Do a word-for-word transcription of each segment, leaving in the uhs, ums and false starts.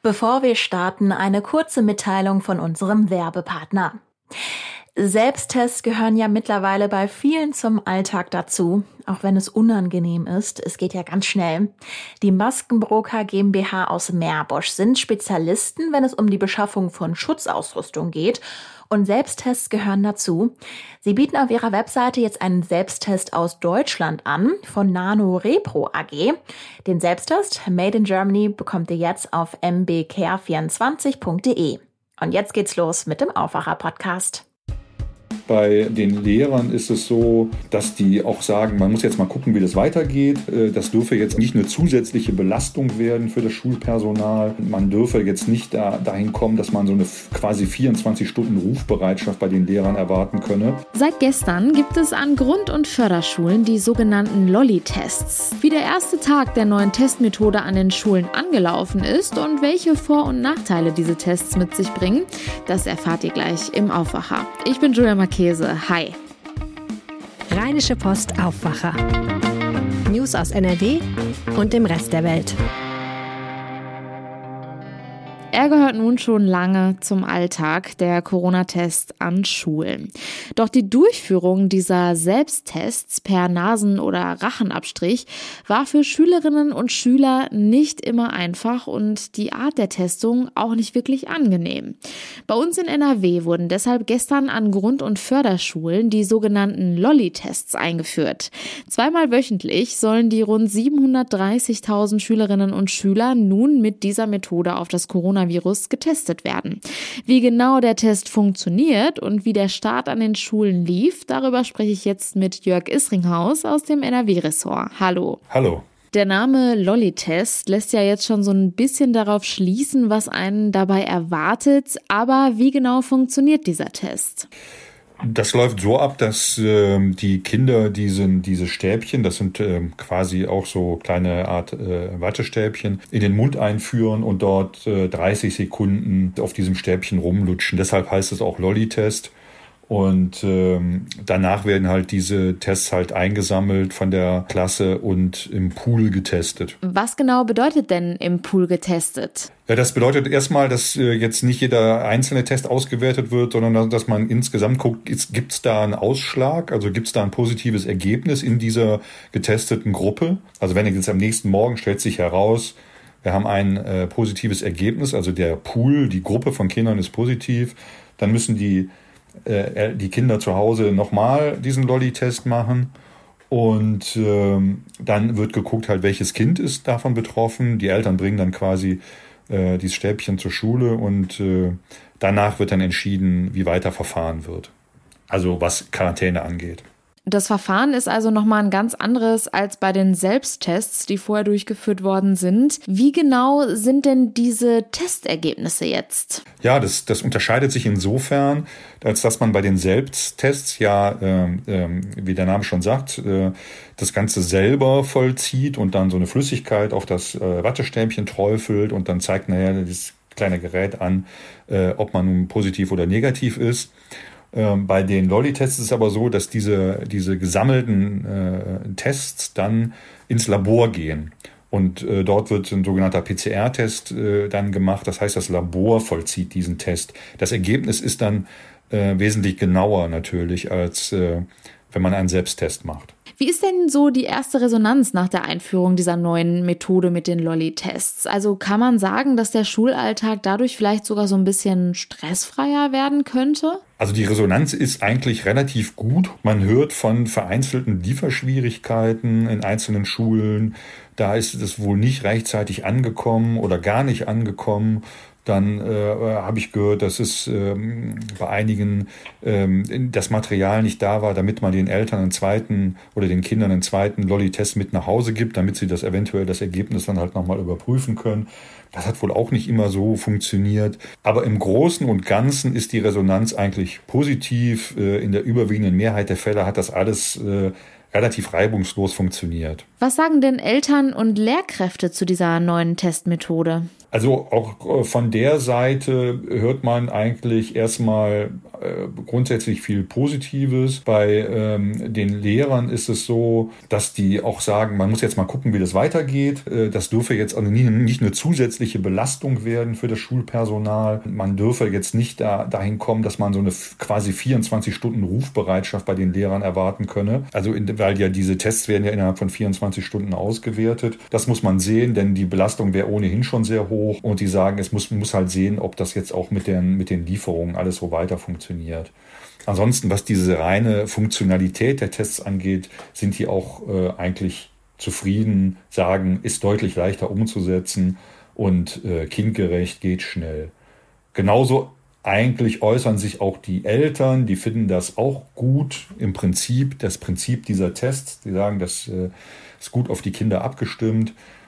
Bevor wir starten, eine kurze Mitteilung von unserem Werbepartner. Selbsttests gehören ja mittlerweile bei vielen zum Alltag dazu, auch wenn es unangenehm ist. Es geht ja ganz schnell. Die Maskenbroker GmbH aus Meerbusch sind Spezialisten, wenn es um die Beschaffung von Schutzausrüstung geht. Und Selbsttests gehören dazu. Sie bieten auf ihrer Webseite jetzt einen Selbsttest aus Deutschland an, von Nano Repro A G. Den Selbsttest Made in Germany bekommt ihr jetzt auf m b care vierundzwanzig punkt d e. Und jetzt geht's los mit dem Aufwacher-Podcast. Bei den Lehrern ist es so, dass die auch sagen, man muss jetzt mal gucken, wie das weitergeht. Das dürfe jetzt nicht eine zusätzliche Belastung werden für das Schulpersonal. Man dürfe jetzt nicht da, dahin kommen, dass man so eine quasi vierundzwanzig Stunden Rufbereitschaft bei den Lehrern erwarten könne. Seit gestern gibt es an Grund- und Förderschulen die sogenannten Lolli-Tests. Wie der erste Tag der neuen Testmethode an den Schulen angelaufen ist und welche Vor- und Nachteile diese Tests mit sich bringen, das erfahrt ihr gleich im Aufwacher. Ich bin Julia Käse. Hi. Rheinische Post Aufwacher. News aus N R W und dem Rest der Welt. Er gehört nun schon lange zum Alltag, der Corona-Test an Schulen. Doch die Durchführung dieser Selbsttests per Nasen- oder Rachenabstrich war für Schülerinnen und Schüler nicht immer einfach und die Art der Testung auch nicht wirklich angenehm. Bei uns in N R W wurden deshalb gestern an Grund- und Förderschulen die sogenannten Lolli-Tests eingeführt. Zweimal wöchentlich sollen die rund siebenhundertdreißigtausend Schülerinnen und Schüler nun mit dieser Methode auf das Corona Virus getestet werden. Wie genau der Test funktioniert und wie der Start an den Schulen lief, darüber spreche ich jetzt mit Jörg Isringhaus aus dem N R W-Ressort. Hallo. Hallo. Der Name Lolli-Test lässt ja jetzt schon so ein bisschen darauf schließen, was einen dabei erwartet. Aber wie genau funktioniert dieser Test? Das läuft so ab, dass äh, die Kinder diesen, diese Stäbchen, das sind äh, quasi auch so kleine Art äh, Wattestäbchen, in den Mund einführen und dort äh, dreißig Sekunden auf diesem Stäbchen rumlutschen. Deshalb heißt es auch Lolli-Test. Und ähm, danach werden halt diese Tests halt eingesammelt von der Klasse und im Pool getestet. Was genau bedeutet denn im Pool getestet? Ja, das bedeutet erstmal, dass äh, jetzt nicht jeder einzelne Test ausgewertet wird, sondern dass man insgesamt guckt, gibt es da einen Ausschlag, also gibt es da ein positives Ergebnis in dieser getesteten Gruppe. Also wenn jetzt am nächsten Morgen stellt sich heraus, wir haben ein äh, positives Ergebnis, also der Pool, die Gruppe von Kindern ist positiv, dann müssen die die Kinder zu Hause nochmal diesen Lolli-Test machen und ähm, dann wird geguckt, halt welches Kind ist davon betroffen. Die Eltern bringen dann quasi äh, dieses Stäbchen zur Schule und äh, danach wird dann entschieden, wie weiter verfahren wird. Also was Quarantäne angeht. Das Verfahren ist also nochmal ein ganz anderes als bei den Selbsttests, die vorher durchgeführt worden sind. Wie genau sind denn diese Testergebnisse jetzt? Ja, das, das unterscheidet sich insofern, als dass man bei den Selbsttests ja, äh, äh, wie der Name schon sagt, äh, das Ganze selber vollzieht und dann so eine Flüssigkeit auf das äh, Wattestäbchen träufelt und dann zeigt nachher dieses kleine Gerät an, äh, ob man nun positiv oder negativ ist. Bei den Lolli-Tests ist es aber so, dass diese, diese gesammelten äh, Tests dann ins Labor gehen. Und äh, dort wird ein sogenannter P C R-Test äh, dann gemacht. Das heißt, das Labor vollzieht diesen Test. Das Ergebnis ist dann äh, wesentlich genauer natürlich, als äh, wenn man einen Selbsttest macht. Wie ist denn so die erste Resonanz nach der Einführung dieser neuen Methode mit den Lolli-Tests? Also kann man sagen, dass der Schulalltag dadurch vielleicht sogar so ein bisschen stressfreier werden könnte? Also die Resonanz ist eigentlich relativ gut. Man hört von vereinzelten Lieferschwierigkeiten in einzelnen Schulen. Da ist es wohl nicht rechtzeitig angekommen oder gar nicht angekommen. Dann äh, habe ich gehört, dass es ähm, bei einigen ähm, das Material nicht da war, damit man den Eltern einen zweiten oder den Kindern einen zweiten Lolli-Test mit nach Hause gibt, damit sie das eventuell das Ergebnis dann halt nochmal überprüfen können. Das hat wohl auch nicht immer so funktioniert. Aber im Großen und Ganzen ist die Resonanz eigentlich positiv. Äh, in der überwiegenden Mehrheit der Fälle hat das alles äh, relativ reibungslos funktioniert. Was sagen denn Eltern und Lehrkräfte zu dieser neuen Testmethode? Also auch von der Seite hört man eigentlich erstmal äh, grundsätzlich viel Positives. Bei ähm, den Lehrern ist es so, dass die auch sagen, man muss jetzt mal gucken, wie das weitergeht. Äh, das dürfe jetzt also nicht, nicht eine zusätzliche Belastung werden für das Schulpersonal. Man dürfe jetzt nicht da, dahin kommen, dass man so eine quasi vierundzwanzig Stunden Rufbereitschaft bei den Lehrern erwarten könne. Also in, weil ja diese Tests werden ja innerhalb von vierundzwanzig Stunden ausgewertet. Das muss man sehen, denn die Belastung wäre ohnehin schon sehr hoch. Und die sagen, es muss, muss halt sehen, ob das jetzt auch mit den, mit den Lieferungen alles so weiter funktioniert. Ansonsten, was diese reine Funktionalität der Tests angeht, sind die auch äh, eigentlich zufrieden, sagen, ist deutlich leichter umzusetzen und äh, kindgerecht, geht schnell. Genauso eigentlich äußern sich auch die Eltern, die finden das auch gut im Prinzip, das Prinzip dieser Tests. Die sagen, das äh, ist gut auf die Kinder abgestimmt.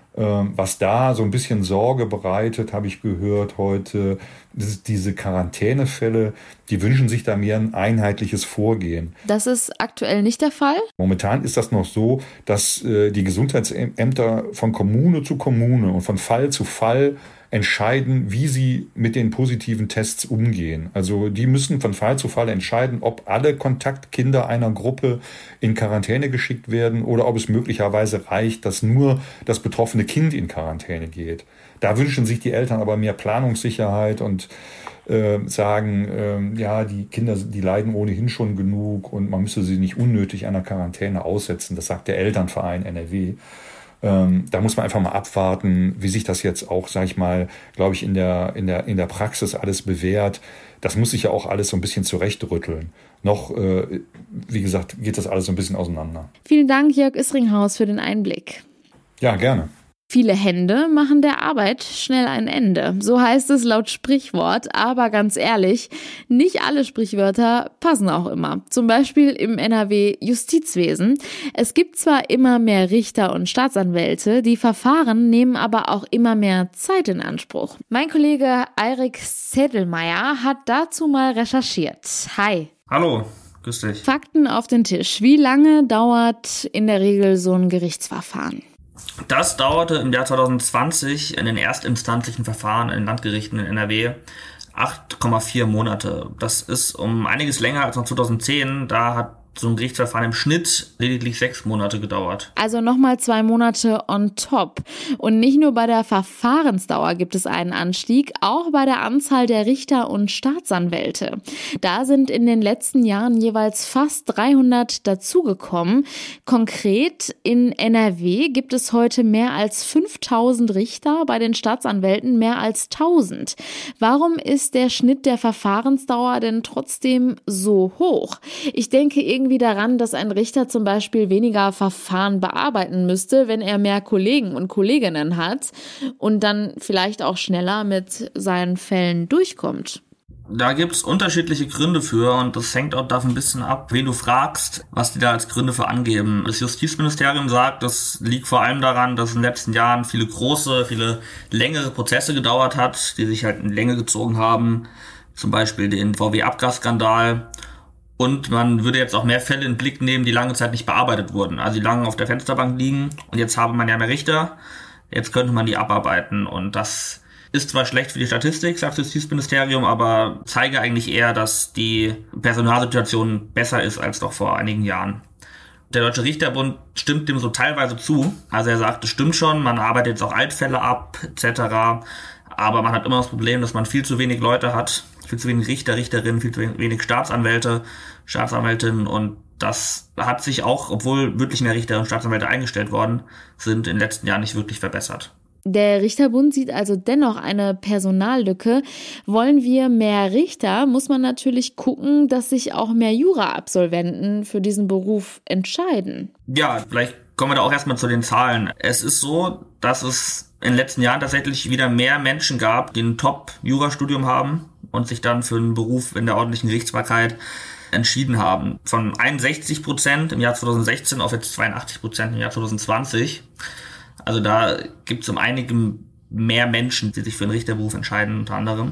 Was da so ein bisschen Sorge bereitet, habe ich gehört heute, diese Quarantänefälle, die wünschen sich da mehr ein einheitliches Vorgehen. Das ist aktuell nicht der Fall? Momentan ist das noch so, dass die Gesundheitsämter von Kommune zu Kommune und von Fall zu Fall entscheiden, wie sie mit den positiven Tests umgehen. Also die müssen von Fall zu Fall entscheiden, ob alle Kontaktkinder einer Gruppe in Quarantäne geschickt werden oder ob es möglicherweise reicht, dass nur das betroffene Kind in Quarantäne geht. Da wünschen sich die Eltern aber mehr Planungssicherheit und äh, sagen, äh, ja, die Kinder, die leiden ohnehin schon genug und man müsse sie nicht unnötig einer Quarantäne aussetzen. Das sagt der Elternverein N R W. Ähm, da muss man einfach mal abwarten, wie sich das jetzt auch, sag ich mal, glaube ich, in der, in der, in der Praxis alles bewährt. Das muss sich ja auch alles so ein bisschen zurechtrütteln. Noch, äh, wie gesagt, geht das alles so ein bisschen auseinander. Vielen Dank, Jörg Isringhaus, für den Einblick. Ja, gerne. Viele Hände machen der Arbeit schnell ein Ende. So heißt es laut Sprichwort. Aber ganz ehrlich, nicht alle Sprichwörter passen auch immer. Zum Beispiel im N R W Justizwesen. Es gibt zwar immer mehr Richter und Staatsanwälte, die Verfahren nehmen aber auch immer mehr Zeit in Anspruch. Mein Kollege Eirik Sedlmeier hat dazu mal recherchiert. Hi. Hallo. Grüß dich. Fakten auf den Tisch. Wie lange dauert in der Regel so ein Gerichtsverfahren? Das dauerte im Jahr zwanzig zwanzig in den erstinstanzlichen Verfahren in den Landgerichten in N R W acht Komma vier Monate. Das ist um einiges länger als noch zwanzig zehn. Da hat so ein Gerichtsverfahren im Schnitt lediglich sechs Monate gedauert. Also nochmal zwei Monate on top. Und nicht nur bei der Verfahrensdauer gibt es einen Anstieg, auch bei der Anzahl der Richter und Staatsanwälte. Da sind in den letzten Jahren jeweils fast dreihundert dazugekommen. Konkret in N R W gibt es heute mehr als fünftausend Richter, bei den Staatsanwälten mehr als tausend. Warum ist der Schnitt der Verfahrensdauer denn trotzdem so hoch? Ich denke irgendwie daran, dass ein Richter zum Beispiel weniger Verfahren bearbeiten müsste, wenn er mehr Kollegen und Kolleginnen hat und dann vielleicht auch schneller mit seinen Fällen durchkommt. Da gibt's unterschiedliche Gründe für und das hängt auch davon ein bisschen ab, wen du fragst, was die da als Gründe für angeben. Das Justizministerium sagt, das liegt vor allem daran, dass in den letzten Jahren viele große, viele längere Prozesse gedauert hat, die sich halt in Länge gezogen haben, zum Beispiel den V W-Abgasskandal. Und man würde jetzt auch mehr Fälle in den Blick nehmen, die lange Zeit nicht bearbeitet wurden. Also die lange auf der Fensterbank liegen. Und jetzt habe man ja mehr Richter. Jetzt könnte man die abarbeiten. Und das ist zwar schlecht für die Statistik, sagt das Justizministerium, aber zeige eigentlich eher, dass die Personalsituation besser ist als noch vor einigen Jahren. Der Deutsche Richterbund stimmt dem so teilweise zu. Also er sagt, es stimmt schon, man arbeitet jetzt auch Altfälle ab, et cetera. Aber man hat immer das Problem, dass man viel zu wenig Leute hat. Viel zu wenig Richter, Richterinnen, viel zu wenig Staatsanwälte, Staatsanwältinnen und das hat sich auch, obwohl wirklich mehr Richter und Staatsanwälte eingestellt worden sind, in den letzten Jahren nicht wirklich verbessert. Der Richterbund sieht also dennoch eine Personallücke. Wollen wir mehr Richter, muss man natürlich gucken, dass sich auch mehr Jura-Absolventen für diesen Beruf entscheiden. Ja, vielleicht kommen wir da auch erstmal zu den Zahlen. Es ist so, dass es in den letzten Jahren tatsächlich wieder mehr Menschen gab, die ein Top-Jurastudium haben und sich dann für einen Beruf in der ordentlichen Gerichtsbarkeit entschieden haben. Von einundsechzig Prozent im Jahr zwanzig sechzehn auf jetzt zweiundachtzig Prozent im Jahr zwanzig zwanzig. Also da gibt es um einige mehr Menschen, die sich für einen Richterberuf entscheiden, unter anderem.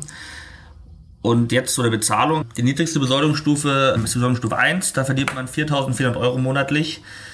Und jetzt zu der Bezahlung. Die niedrigste Besoldungsstufe ist Besoldungsstufe eins, da verdient man viertausendvierhundert Euro monatlich.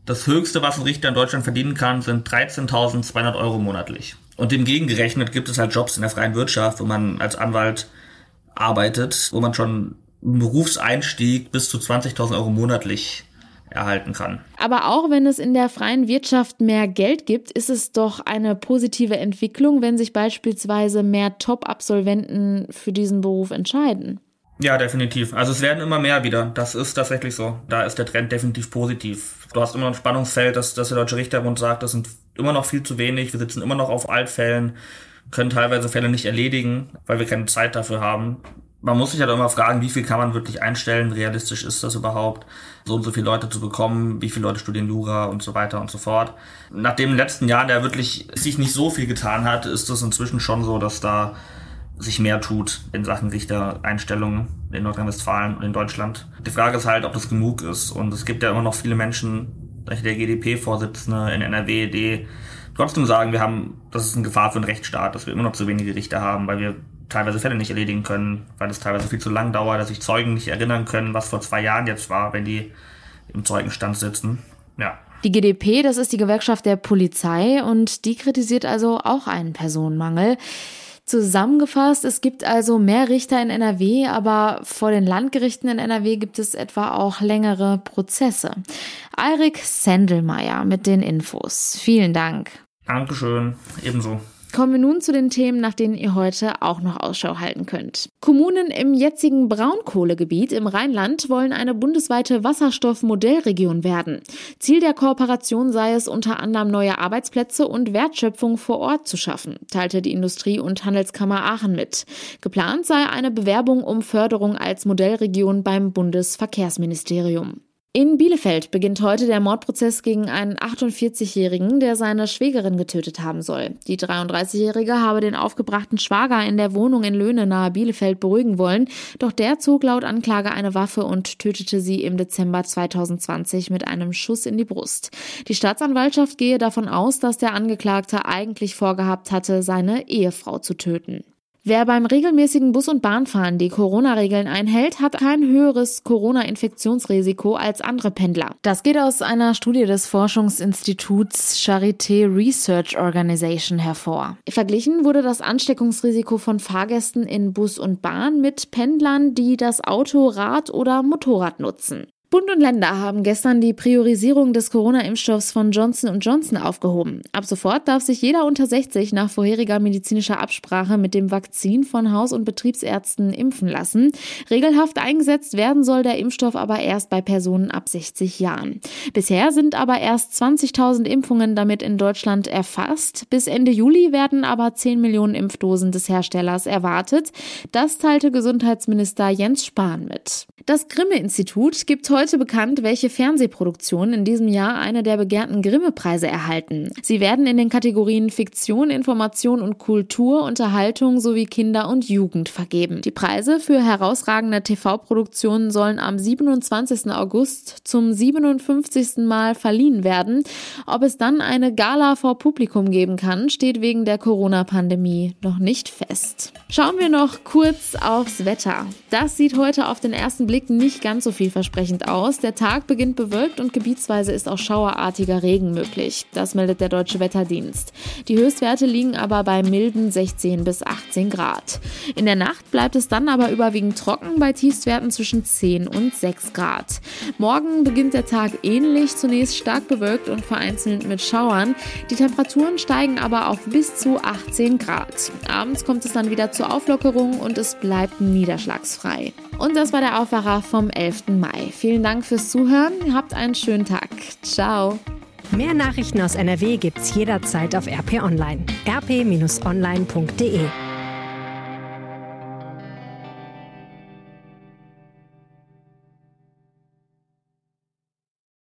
Das Höchste, was ein Richter in Deutschland verdienen kann, sind dreizehntausendzweihundert Euro monatlich. Und dem gegengerechnet gibt es halt Jobs in der freien Wirtschaft, wo man als Anwalt arbeitet, wo man schon einen Berufseinstieg bis zu zwanzigtausend Euro monatlich erhalten kann. Aber auch wenn es in der freien Wirtschaft mehr Geld gibt, ist es doch eine positive Entwicklung, wenn sich beispielsweise mehr Top-Absolventen für diesen Beruf entscheiden. Ja, definitiv. Also es werden immer mehr wieder. Das ist tatsächlich so. Da ist der Trend definitiv positiv. Du hast immer noch ein Spannungsfeld, dass, dass der Deutsche Richterbund sagt, das sind immer noch viel zu wenig. Wir sitzen immer noch auf Altfällen, können teilweise Fälle nicht erledigen, weil wir keine Zeit dafür haben. Man muss sich halt immer fragen, wie viel kann man wirklich einstellen, realistisch ist das überhaupt, so und so viele Leute zu bekommen, wie viele Leute studieren Jura und so weiter und so fort. Nachdem in den letzten Jahren da wirklich sich nicht so viel getan hat, ist es inzwischen schon so, dass da sich mehr tut in Sachen Richtereinstellungen in Nordrhein-Westfalen und in Deutschland. Die Frage ist halt, ob das genug ist. Und es gibt ja immer noch viele Menschen, der G D P-Vorsitzende in N R W, die trotzdem sagen, wir haben, das ist eine Gefahr für den Rechtsstaat, dass wir immer noch zu wenige Richter haben, weil wir teilweise Fälle nicht erledigen können, weil es teilweise viel zu lang dauert, dass sich Zeugen nicht erinnern können, was vor zwei Jahren jetzt war, wenn die im Zeugenstand sitzen. Ja. Die G D P, das ist die Gewerkschaft der Polizei und die kritisiert also auch einen Personenmangel. Zusammengefasst, es gibt also mehr Richter in N R W, aber vor den Landgerichten in N R W gibt es etwa auch längere Prozesse. Eirik Sendelmeier mit den Infos. Vielen Dank. Dankeschön, ebenso. Kommen wir nun zu den Themen, nach denen ihr heute auch noch Ausschau halten könnt. Kommunen im jetzigen Braunkohlegebiet im Rheinland wollen eine bundesweite Wasserstoffmodellregion werden. Ziel der Kooperation sei es unter anderem, neue Arbeitsplätze und Wertschöpfung vor Ort zu schaffen, teilte die Industrie- und Handelskammer Aachen mit. Geplant sei eine Bewerbung um Förderung als Modellregion beim Bundesverkehrsministerium. In Bielefeld beginnt heute der Mordprozess gegen einen achtundvierzigjährigen, der seine Schwägerin getötet haben soll. Die dreiunddreißigjährige habe den aufgebrachten Schwager in der Wohnung in Löhne nahe Bielefeld beruhigen wollen, doch der zog laut Anklage eine Waffe und tötete sie im Dezember zweitausendzwanzig mit einem Schuss in die Brust. Die Staatsanwaltschaft gehe davon aus, dass der Angeklagte eigentlich vorgehabt hatte, seine Ehefrau zu töten. Wer beim regelmäßigen Bus- und Bahnfahren die Corona-Regeln einhält, hat kein höheres Corona-Infektionsrisiko als andere Pendler. Das geht aus einer Studie des Forschungsinstituts Charité Research Organization hervor. Verglichen wurde das Ansteckungsrisiko von Fahrgästen in Bus und Bahn mit Pendlern, die das Auto, Rad oder Motorrad nutzen. Bund und Länder haben gestern die Priorisierung des Corona-Impfstoffs von Johnson und Johnson aufgehoben. Ab sofort darf sich jeder unter sechzig nach vorheriger medizinischer Absprache mit dem Vakzin von Haus- und Betriebsärzten impfen lassen. Regelhaft eingesetzt werden soll der Impfstoff aber erst bei Personen ab sechzig Jahren. Bisher sind aber erst zwanzigtausend Impfungen damit in Deutschland erfasst. Bis Ende Juli werden aber zehn Millionen Impfdosen des Herstellers erwartet. Das teilte Gesundheitsminister Jens Spahn mit. Das Grimme-Institut gibt heute bekannt, welche Fernsehproduktionen in diesem Jahr eine der begehrten Grimme-Preise erhalten. Sie werden in den Kategorien Fiktion, Information und Kultur, Unterhaltung sowie Kinder und Jugend vergeben. Die Preise für herausragende T V-Produktionen sollen am siebenundzwanzigsten August zum siebenundfünfzigsten Mal verliehen werden. Ob es dann eine Gala vor Publikum geben kann, steht wegen der Corona-Pandemie noch nicht fest. Schauen wir noch kurz aufs Wetter. Das sieht heute auf den ersten Blick nicht ganz so vielversprechend aus. Der Tag beginnt bewölkt und gebietsweise ist auch schauerartiger Regen möglich. Das meldet der Deutsche Wetterdienst. Die Höchstwerte liegen aber bei milden sechzehn bis achtzehn Grad. In der Nacht bleibt es dann aber überwiegend trocken bei Tiefstwerten zwischen zehn und sechs Grad. Morgen beginnt der Tag ähnlich, zunächst stark bewölkt und vereinzelt mit Schauern. Die Temperaturen steigen aber auf bis zu achtzehn Grad. Abends kommt es dann wieder zur Auflockerung und es bleibt niederschlagsfrei. Und das war der Aufwacher vom elften Mai. Vielen Dank fürs Zuhören. Habt einen schönen Tag. Ciao. Mehr Nachrichten aus N R W gibt's jederzeit auf R P Online. r p Bindestrich online punkt d e